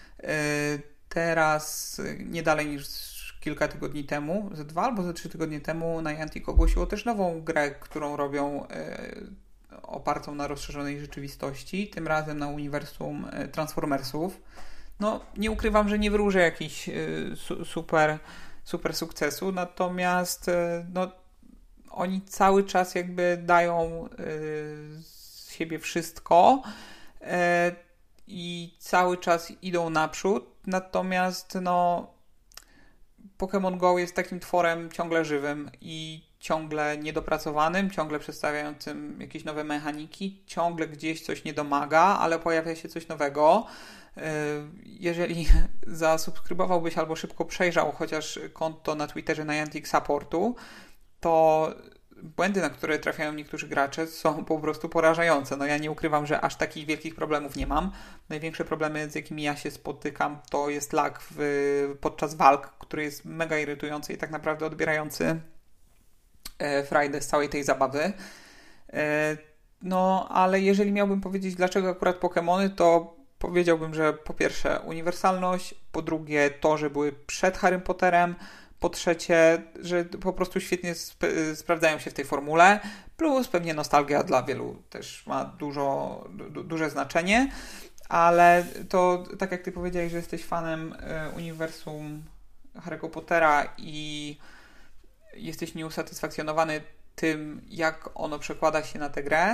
Teraz, nie dalej niż kilka tygodni temu, ze dwa albo ze trzy tygodnie temu, Niantic ogłosiło też nową grę, którą robią e, opartą na rozszerzonej rzeczywistości, tym razem na uniwersum e, Transformersów. No, nie ukrywam, że nie wróżę jakiś e, su, super, super sukcesu, natomiast e, no, oni cały czas jakby dają e, z siebie wszystko e, i cały czas idą naprzód, natomiast no Pokémon Go jest takim tworem ciągle żywym i ciągle niedopracowanym, ciągle przedstawiającym jakieś nowe mechaniki, ciągle gdzieś coś nie domaga, ale pojawia się coś nowego. Jeżeli zasubskrybowałbyś albo szybko przejrzał chociaż konto na Twitterze Niantic Supportu, to błędy, na które trafiają niektórzy gracze, są po prostu porażające. No ja nie ukrywam, że aż takich wielkich problemów nie mam. Największe problemy, z jakimi ja się spotykam, to jest lag w, podczas walk, który jest mega irytujący i tak naprawdę odbierający e, frajdę z całej tej zabawy. E, no, ale jeżeli miałbym powiedzieć, dlaczego akurat Pokemony, to powiedziałbym, że po pierwsze uniwersalność, po drugie to, że były przed Harrym Potterem, po trzecie, że po prostu świetnie sp- sprawdzają się w tej formule, plus pewnie nostalgia dla wielu też ma dużo, du- duże znaczenie, ale to tak jak ty powiedziałeś, że jesteś fanem e, uniwersum Harry'ego Pottera i jesteś nieusatysfakcjonowany tym, jak ono przekłada się na tę grę,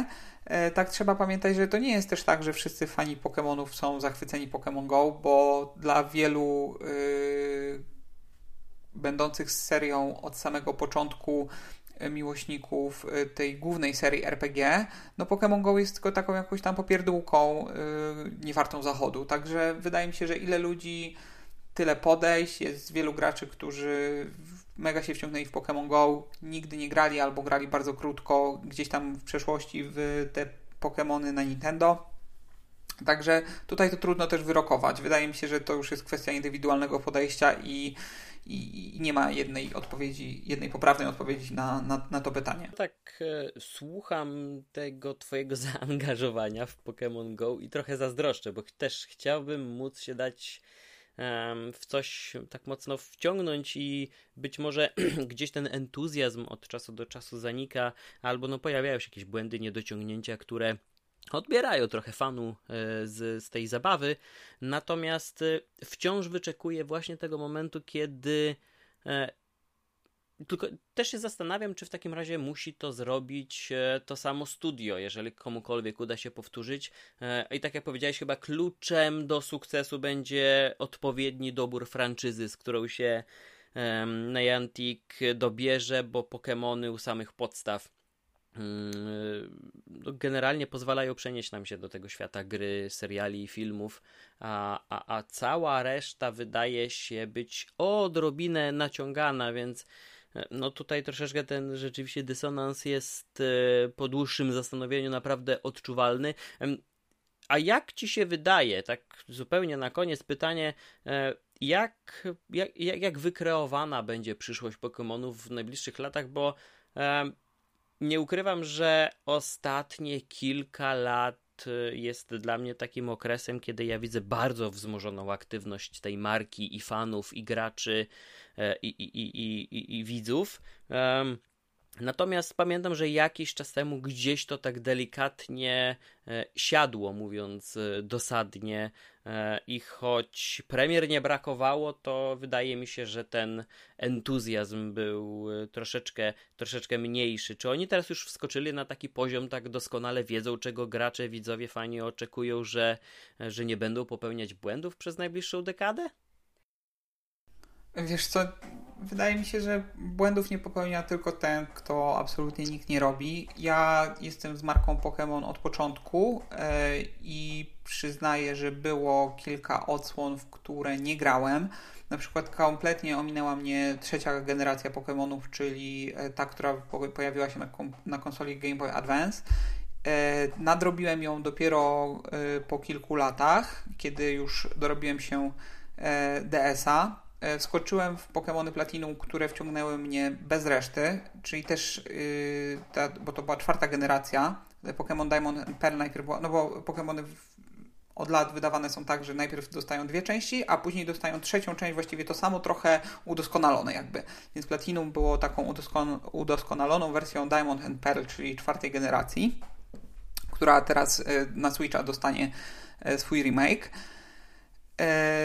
tak trzeba pamiętać, że to nie jest też tak, że wszyscy fani Pokemonów są zachwyceni Pokémon Go, bo dla wielu yy, będących z serią od samego początku miłośników tej głównej serii er pe gie, no Pokémon Go jest tylko taką jakąś tam popierdółką yy, niewartą zachodu. Także wydaje mi się, że ile ludzi, tyle podejść. Jest wielu graczy, którzy mega się wciągnęli w Pokémon Go, nigdy nie grali albo grali bardzo krótko gdzieś tam w przeszłości w te Pokémony na Nintendo. Także tutaj to trudno też wyrokować. Wydaje mi się, że to już jest kwestia indywidualnego podejścia i, i, i nie ma jednej odpowiedzi, jednej poprawnej odpowiedzi na, na, na to pytanie. Tak, e, słucham tego twojego zaangażowania w Pokémon Go i trochę zazdroszczę, bo też chciałbym móc się dać em, w coś tak mocno wciągnąć i być może gdzieś ten entuzjazm od czasu do czasu zanika, albo no pojawiają się jakieś błędy, niedociągnięcia, które odbierają trochę fanu z, z tej zabawy, natomiast wciąż wyczekuję właśnie tego momentu, kiedy e, tylko też się zastanawiam, czy w takim razie musi to zrobić e, to samo studio, jeżeli komukolwiek uda się powtórzyć. E, I tak jak powiedziałeś, chyba kluczem do sukcesu będzie odpowiedni dobór franczyzy, z którą się e, Niantic dobierze, bo Pokemony u samych podstaw generalnie pozwalają przenieść nam się do tego świata gry, seriali, filmów, a, a, a cała reszta wydaje się być odrobinę naciągana, więc no tutaj troszeczkę ten rzeczywiście dysonans jest po dłuższym zastanowieniu naprawdę odczuwalny. A jak ci się wydaje, tak zupełnie na koniec pytanie, jak, jak, jak wykreowana będzie przyszłość Pokemonów w najbliższych latach, bo nie ukrywam, że ostatnie kilka lat jest dla mnie takim okresem, kiedy ja widzę bardzo wzmożoną aktywność tej marki i fanów, i graczy, i, i, i, i, i widzów. Um, Natomiast pamiętam, że jakiś czas temu gdzieś to tak delikatnie e, siadło, mówiąc e, dosadnie, e, i choć premier nie brakowało, to wydaje mi się, że ten entuzjazm był e, troszeczkę, troszeczkę mniejszy. Czy oni teraz już wskoczyli na taki poziom, tak doskonale wiedzą, czego gracze, widzowie, fani oczekują, że, że nie będą popełniać błędów przez najbliższą dekadę? Wiesz co, wydaje mi się, że błędów nie popełnia tylko ten, kto absolutnie nikt nie robi. Ja jestem z marką Pokémon od początku yy, i przyznaję, że było kilka odsłon, w które nie grałem. Na przykład kompletnie ominęła mnie trzecia generacja Pokémonów, czyli ta, która po- pojawiła się na, kom- na konsoli Game Boy Advance. Yy, nadrobiłem ją dopiero yy, po kilku latach, kiedy już dorobiłem się yy, D S a. Wskoczyłem w Pokémony Platinum, które wciągnęły mnie bez reszty, czyli też, yy, ta, bo to była czwarta generacja. Pokémon Diamond and Pearl najpierw była, no bo Pokémony od lat wydawane są tak, że najpierw dostają dwie części, a później dostają trzecią część, właściwie to samo, trochę udoskonalone jakby. Więc Platinum było taką udoskon- udoskonaloną wersją Diamond and Pearl, czyli czwartej generacji, która teraz yy, na Switcha dostanie yy, swój remake. Yy,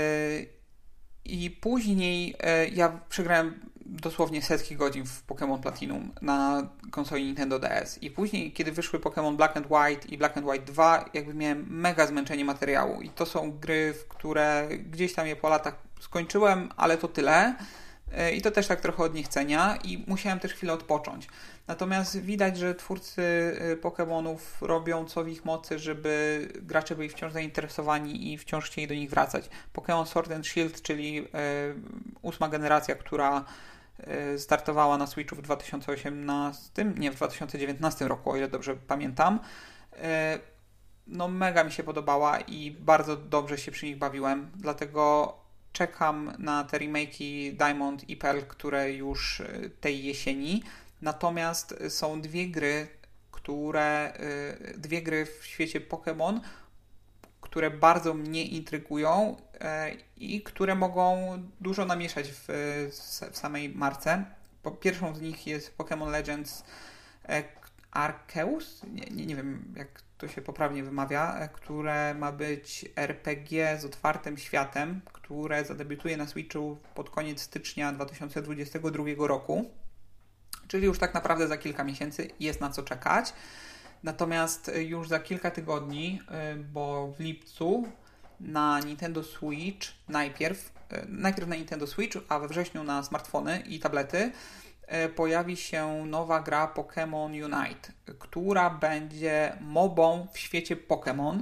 I później e, ja przegrałem dosłownie setki godzin w Pokémon Platinum na konsoli Nintendo D S. I później, kiedy wyszły Pokémon Black and White i Black and White dwa, jakby miałem mega zmęczenie materiału. I to są gry, w które gdzieś tam je po latach skończyłem, ale to tyle. E, I to też tak trochę od niechcenia. I musiałem też chwilę odpocząć. Natomiast widać, że twórcy Pokémonów robią co w ich mocy, żeby gracze byli wciąż zainteresowani i wciąż chcieli do nich wracać. Pokémon Sword and Shield, czyli y, ósma generacja, która y, startowała na Switchu w dwa tysiące osiemnastym, nie, w dwa tysiące dziewiętnastym roku, o ile dobrze pamiętam. Y, no mega mi się podobała i bardzo dobrze się przy nich bawiłem, dlatego czekam na te remake'i Diamond i Pearl, które już tej jesieni. Natomiast są dwie gry, które dwie gry w świecie Pokémon, które bardzo mnie intrygują i które mogą dużo namieszać w, w samej marce. Pierwszą z nich jest Pokémon Legends Arceus, nie, nie, nie wiem jak to się poprawnie wymawia, które ma być er pe gie z otwartym światem, które zadebiutuje na Switchu pod koniec stycznia dwa tysiące dwudziestego drugiego roku. Czyli już tak naprawdę za kilka miesięcy jest na co czekać. Natomiast już za kilka tygodni, bo w lipcu na Nintendo Switch najpierw, najpierw na Nintendo Switch, a we wrześniu na smartfony i tablety pojawi się nowa gra Pokémon Unite, która będzie mobą w świecie Pokémon.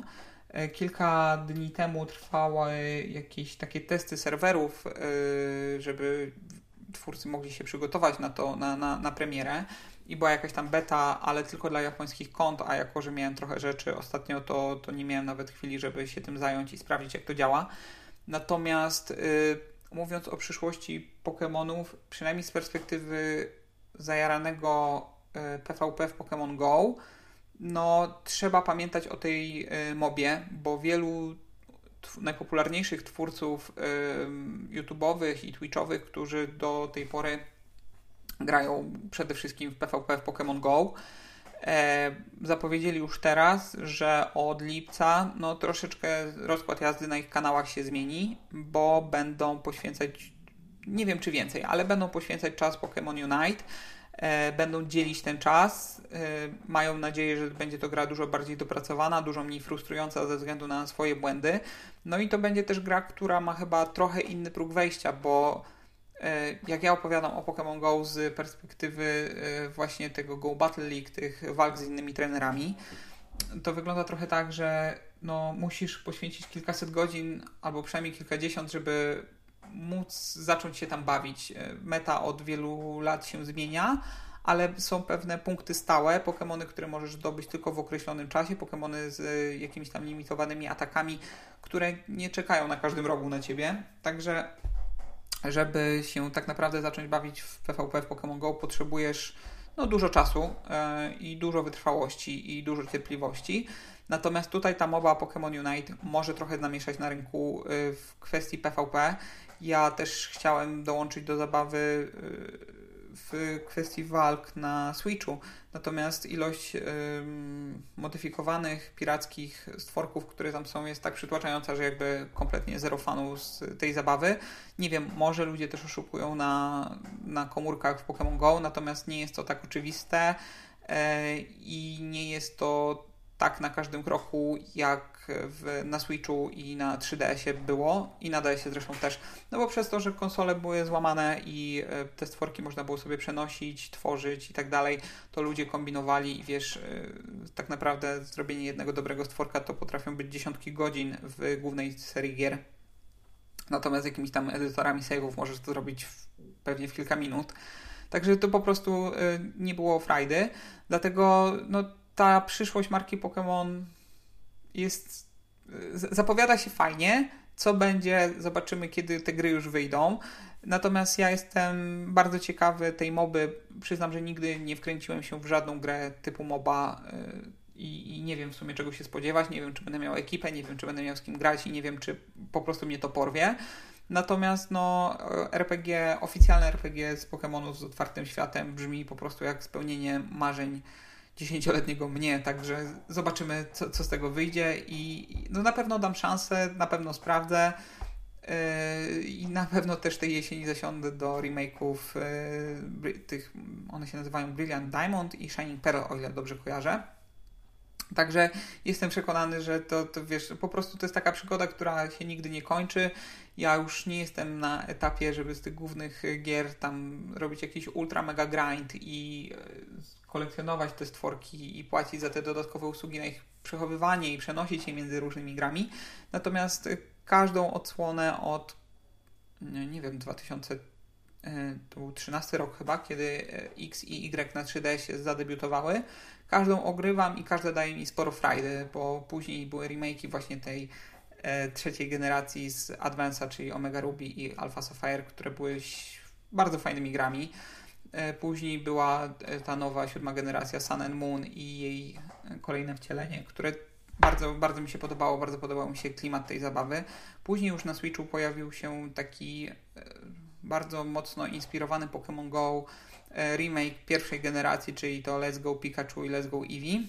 Kilka dni temu trwały jakieś takie testy serwerów, żeby twórcy mogli się przygotować na to, na, na, na premierę. I była jakaś tam beta, ale tylko dla japońskich kont, a jako, że miałem trochę rzeczy ostatnio, to, to nie miałem nawet chwili, żeby się tym zająć i sprawdzić, jak to działa. Natomiast yy, mówiąc o przyszłości Pokémonów, przynajmniej z perspektywy zajaranego yy, P V P w Pokémon Go, no trzeba pamiętać o tej yy, mobie, bo wielu tw- najpopularniejszych twórców yy, YouTube'owych i Twitchowych, którzy do tej pory grają przede wszystkim w P V P w Pokémon Go, e, zapowiedzieli już teraz, że od lipca no troszeczkę rozkład jazdy na ich kanałach się zmieni, bo będą poświęcać, nie wiem czy więcej, ale będą poświęcać czas Pokémon Unite, e, będą dzielić ten czas, e, mają nadzieję, że będzie to gra dużo bardziej dopracowana, dużo mniej frustrująca ze względu na swoje błędy, no i to będzie też gra, która ma chyba trochę inny próg wejścia, bo jak ja opowiadam o Pokémon Go z perspektywy właśnie tego Go Battle League, tych walk z innymi trenerami, to wygląda trochę tak, że no, musisz poświęcić kilkaset godzin albo przynajmniej kilkadziesiąt, żeby móc zacząć się tam bawić. Meta od wielu lat się zmienia, ale są pewne punkty stałe, Pokémony, które możesz zdobyć tylko w określonym czasie, Pokémony z jakimiś tam limitowanymi atakami, które nie czekają na każdym rogu na ciebie. Także żeby się tak naprawdę zacząć bawić w P V P w Pokémon Go, potrzebujesz no, dużo czasu yy, i dużo wytrwałości i dużo cierpliwości. Natomiast tutaj ta moba Pokémon Unite może trochę namieszać na rynku yy, w kwestii P V P. Ja też chciałem dołączyć do zabawy yy, w kwestii walk na Switchu. Natomiast ilość yy, modyfikowanych pirackich stworków, które tam są, jest tak przytłaczająca, że jakby kompletnie zero fanów z tej zabawy. Nie wiem, może ludzie też oszukują na, na komórkach w Pokémon Go, natomiast nie jest to tak oczywiste yy, i nie jest to tak na każdym kroku, jak w, na Switchu i na trzy D S ie było i na D S ie zresztą też, no bo przez to, że konsole były złamane i te stworki można było sobie przenosić, tworzyć i tak dalej, to ludzie kombinowali i wiesz, tak naprawdę zrobienie jednego dobrego stworka to potrafią być dziesiątki godzin w głównej serii gier. Natomiast z jakimiś tam edytorami save'ów możesz to zrobić w, pewnie w kilka minut. Także to po prostu nie było frajdy, dlatego no ta przyszłość marki Pokémon jest, zapowiada się fajnie. Co będzie, zobaczymy, kiedy te gry już wyjdą. Natomiast ja jestem bardzo ciekawy tej moby. Przyznam, że nigdy nie wkręciłem się w żadną grę typu moba i, i nie wiem w sumie czego się spodziewać. Nie wiem, czy będę miał ekipę, nie wiem, czy będę miał z kim grać i nie wiem, czy po prostu mnie to porwie. Natomiast no, R P G, oficjalne R P G z Pokémonów z otwartym światem brzmi po prostu jak spełnienie marzeń dziesięcioletniego mnie, także zobaczymy, co, co z tego wyjdzie i no na pewno dam szansę, na pewno sprawdzę yy, i na pewno też tej jesieni zasiądę do remake'ów yy, tych, one się nazywają Brilliant Diamond i Shining Pearl, o ile dobrze kojarzę. Także jestem przekonany, że to, to wiesz, po prostu to jest taka przygoda, która się nigdy nie kończy. Ja już nie jestem na etapie, żeby z tych głównych gier tam robić jakiś ultra mega grind i kolekcjonować te stworki i płacić za te dodatkowe usługi na ich przechowywanie i przenosić je między różnymi grami. Natomiast każdą odsłonę od, nie wiem, dwa tysiące trzynasty rok chyba, kiedy X i Y na trzy D S ie zadebiutowały, każdą ogrywam i każda daje mi sporo frajdy, bo później były remake'i właśnie tej e, trzeciej generacji z Advance'a, czyli Omega Ruby i Alpha Sapphire, które były bardzo fajnymi grami. E, później była ta nowa siódma generacja Sun and Moon i jej kolejne wcielenie, które bardzo, bardzo mi się podobało, bardzo podobał mi się klimat tej zabawy. Później już na Switchu pojawił się taki e, bardzo mocno inspirowany Pokémon Go remake pierwszej generacji, czyli to Let's Go Pikachu i Let's Go Eevee.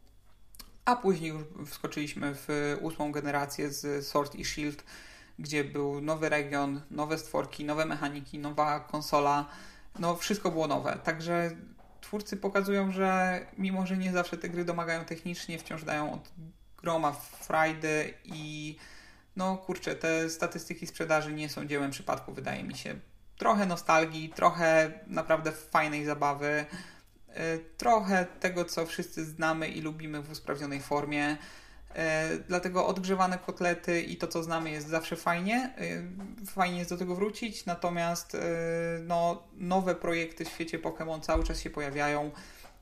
A później już wskoczyliśmy w ósmą generację z Sword i Shield, gdzie był nowy region, nowe stworki, nowe mechaniki, nowa konsola. No wszystko było nowe. Także twórcy pokazują, że mimo, że nie zawsze te gry domagają technicznie, wciąż dają od groma frajdy i no kurczę, te statystyki sprzedaży nie są dziełem przypadku, wydaje mi się. Trochę nostalgii, trochę naprawdę fajnej zabawy, trochę tego, co wszyscy znamy i lubimy w usprawnionej formie. Dlatego odgrzewane kotlety i to, co znamy, jest zawsze fajnie. Fajnie jest do tego wrócić, natomiast no, nowe projekty w świecie Pokémon cały czas się pojawiają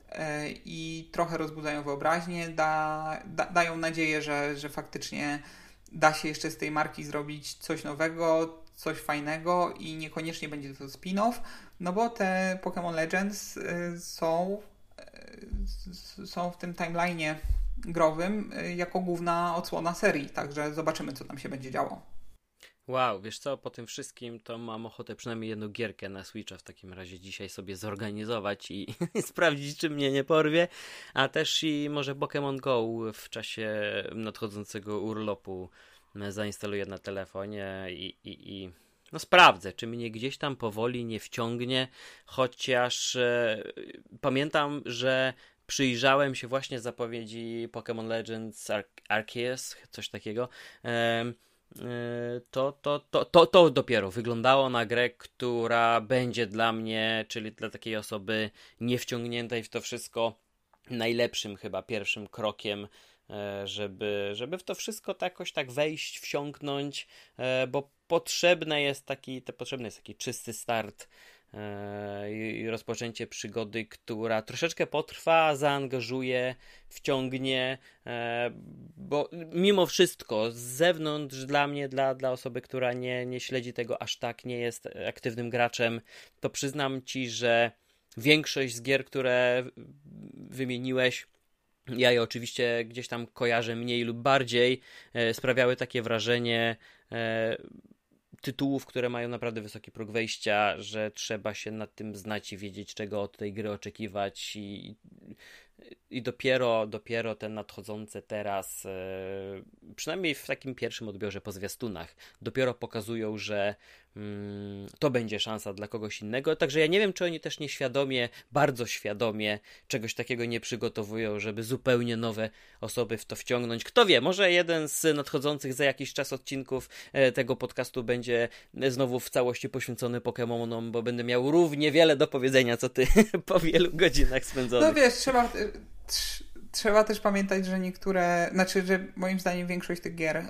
i trochę rozbudzają wyobraźnię, da, da, dają nadzieję, że, że faktycznie da się jeszcze z tej marki zrobić coś nowego, coś fajnego i niekoniecznie będzie to spin-off, no bo te Pokémon Legends są, są w tym timeline'ie growym jako główna odsłona serii, także zobaczymy, co tam się będzie działo. Wow, wiesz co, po tym wszystkim to mam ochotę przynajmniej jedną gierkę na Switcha w takim razie dzisiaj sobie zorganizować i sprawdzić, czy mnie nie porwie, a też i może Pokémon Go w czasie nadchodzącego urlopu zainstaluję na telefonie i, i, i no sprawdzę, czy mnie gdzieś tam powoli nie wciągnie, chociaż e, pamiętam, że przyjrzałem się właśnie zapowiedzi Pokémon Legends Ar- Arceus, coś takiego. E, To, to, to, to, to dopiero wyglądało na grę, która będzie dla mnie, czyli dla takiej osoby niewciągniętej w to wszystko, najlepszym chyba pierwszym krokiem, żeby, żeby w to wszystko tak jakoś tak wejść, wsiąknąć, bo potrzebne jest taki, to potrzebny jest taki czysty start i rozpoczęcie przygody, która troszeczkę potrwa, zaangażuje, wciągnie, bo mimo wszystko z zewnątrz dla mnie, dla, dla osoby, która nie, nie śledzi tego aż tak, nie jest aktywnym graczem, to przyznam ci, że większość z gier, które wymieniłeś, ja je oczywiście gdzieś tam kojarzę mniej lub bardziej, sprawiały takie wrażenie tytułów, które mają naprawdę wysoki próg wejścia, że trzeba się nad tym znać i wiedzieć, czego od tej gry oczekiwać i, i dopiero, dopiero te nadchodzące teraz, e, przynajmniej w takim pierwszym odbiorze po zwiastunach, dopiero pokazują, że mm, to będzie szansa dla kogoś innego, także ja nie wiem, czy oni też nieświadomie, bardzo świadomie czegoś takiego nie przygotowują, żeby zupełnie nowe osoby w to wciągnąć. Kto wie, może jeden z nadchodzących za jakiś czas odcinków e, tego podcastu będzie znowu w całości poświęcony Pokemonom, bo będę miał równie wiele do powiedzenia, co ty po wielu godzinach spędzonych. No wiesz, trzeba, tr- trzeba też pamiętać, że niektóre, znaczy, że moim zdaniem większość tych gier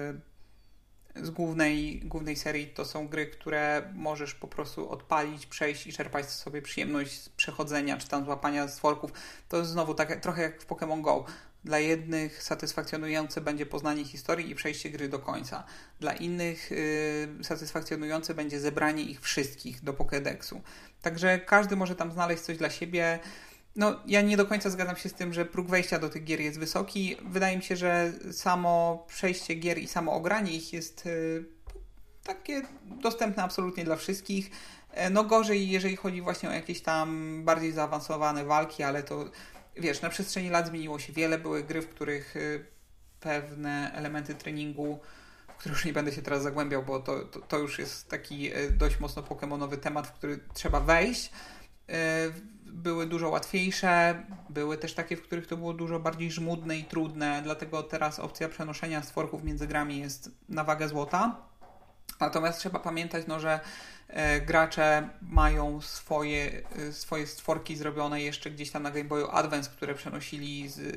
yy, z głównej, głównej serii to są gry, które możesz po prostu odpalić, przejść i czerpać sobie przyjemność z przechodzenia, czy tam złapania stworków. To jest znowu tak, trochę jak w Pokémon Go. Dla jednych satysfakcjonujące będzie poznanie historii i przejście gry do końca. Dla innych yy, satysfakcjonujące będzie zebranie ich wszystkich do Pokédexu. Także każdy może tam znaleźć coś dla siebie. No, ja nie do końca zgadzam się z tym, że próg wejścia do tych gier jest wysoki. Wydaje mi się, że samo przejście gier i samo ogranie ich jest yy, takie dostępne absolutnie dla wszystkich. No gorzej, jeżeli chodzi właśnie o jakieś tam bardziej zaawansowane walki, ale to wiesz, na przestrzeni lat zmieniło się wiele. Były gry, w których yy, pewne elementy treningu, w które już nie będę się teraz zagłębiał, bo to, to, to już jest taki yy, dość mocno pokemonowy temat, w który trzeba wejść. Yy, były dużo łatwiejsze, były też takie, w których to było dużo bardziej żmudne i trudne, dlatego teraz opcja przenoszenia stworków między grami jest na wagę złota. Natomiast trzeba pamiętać, no, że e, gracze mają swoje, e, swoje stworki zrobione jeszcze gdzieś tam na Game Boyu Advance, które przenosili z e,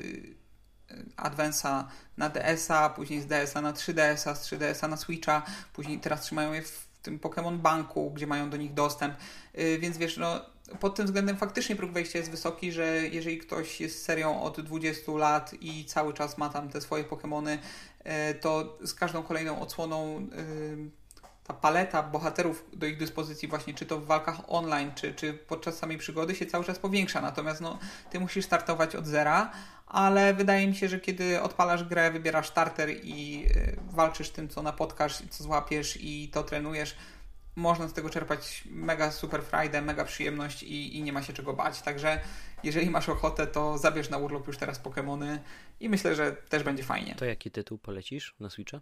Advance'a na D S a, później z D S a na trzy D S a, z trzy D S a na Switcha, później teraz trzymają je w tym Pokémon Banku, gdzie mają do nich dostęp, e, więc wiesz, no pod tym względem faktycznie próg wejścia jest wysoki, że jeżeli ktoś jest serią od dwudziestu lat i cały czas ma tam te swoje Pokémony, e, to z każdą kolejną odsłoną e, ta paleta bohaterów do ich dyspozycji właśnie, czy to w walkach online, czy, czy podczas samej przygody się cały czas powiększa. Natomiast no, ty musisz startować od zera, ale wydaje mi się, że kiedy odpalasz grę, wybierasz starter i y, walczysz tym, co napotkasz, co złapiesz i to trenujesz, można z tego czerpać mega super frajdę, mega przyjemność i, i nie ma się czego bać. Także jeżeli masz ochotę, to zabierz na urlop już teraz Pokemony i myślę, że też będzie fajnie. To jaki tytuł polecisz na Switcha?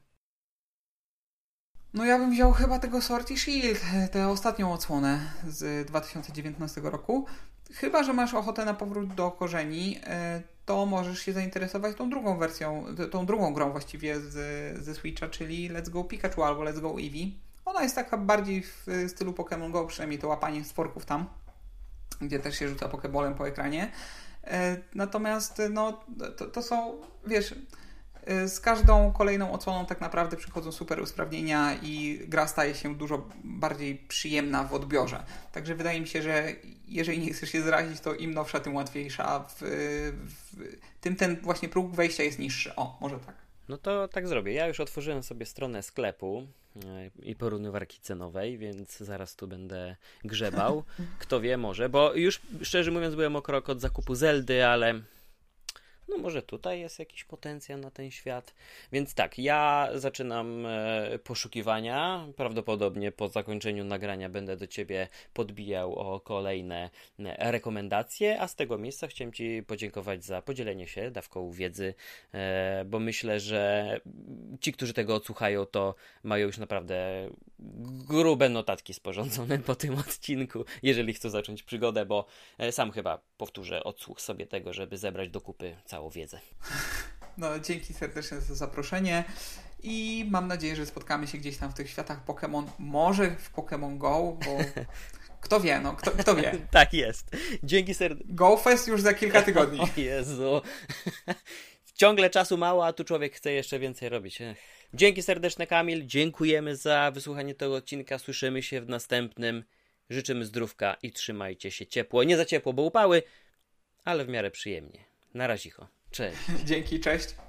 No ja bym wziął chyba tego Sword i Shield, tę ostatnią odsłonę z dwa tysiące dziewiętnastego roku. chyba że masz ochotę na powrót do korzeni, to możesz się zainteresować tą drugą wersją, tą drugą grą właściwie z, ze Switcha, czyli Let's Go Pikachu albo Let's Go Eevee. Ona jest taka bardziej w stylu Pokémon Go, przynajmniej to łapanie stworków tam, gdzie też się rzuca pokebolem po ekranie. Natomiast no, to, to są, wiesz, z każdą kolejną odsłoną tak naprawdę przychodzą super usprawnienia i gra staje się dużo bardziej przyjemna w odbiorze. Także wydaje mi się, że jeżeli nie chcesz się zrazić, to im nowsza, tym łatwiejsza. W, w, tym ten właśnie próg wejścia jest niższy. O, może tak. No to tak zrobię. Ja już otworzyłem sobie stronę sklepu i porównywarki cenowej, więc zaraz tu będę grzebał. Kto wie, może, bo już szczerze mówiąc byłem o krok od zakupu Zeldy, ale no może tutaj jest jakiś potencjał na ten świat. Więc tak, ja zaczynam e, poszukiwania. Prawdopodobnie po zakończeniu nagrania będę do Ciebie podbijał o kolejne e, rekomendacje, a z tego miejsca chciałem Ci podziękować za podzielenie się dawką wiedzy, e, bo myślę, że ci, którzy tego odsłuchają, to mają już naprawdę grube notatki sporządzone po tym odcinku, jeżeli chcą zacząć przygodę, bo e, sam chyba powtórzę odsłuch sobie tego, żeby zebrać do kupy całą wiedzę. No, dzięki serdecznie za zaproszenie i mam nadzieję, że spotkamy się gdzieś tam w tych światach Pokémon, może w Pokémon Go, bo kto wie, no, kto, kto wie. Tak jest. Dzięki serdecznie. Go Fest już za kilka tygodni. O Jezu. Ciągle czasu mało, a tu człowiek chce jeszcze więcej robić. Ech. Dzięki serdeczne, Kamil. Dziękujemy za wysłuchanie tego odcinka. Słyszymy się w następnym. Życzymy zdrówka i trzymajcie się ciepło. Nie za ciepło, bo upały, ale w miarę przyjemnie. Na razicho. Cześć. Dzięki, cześć.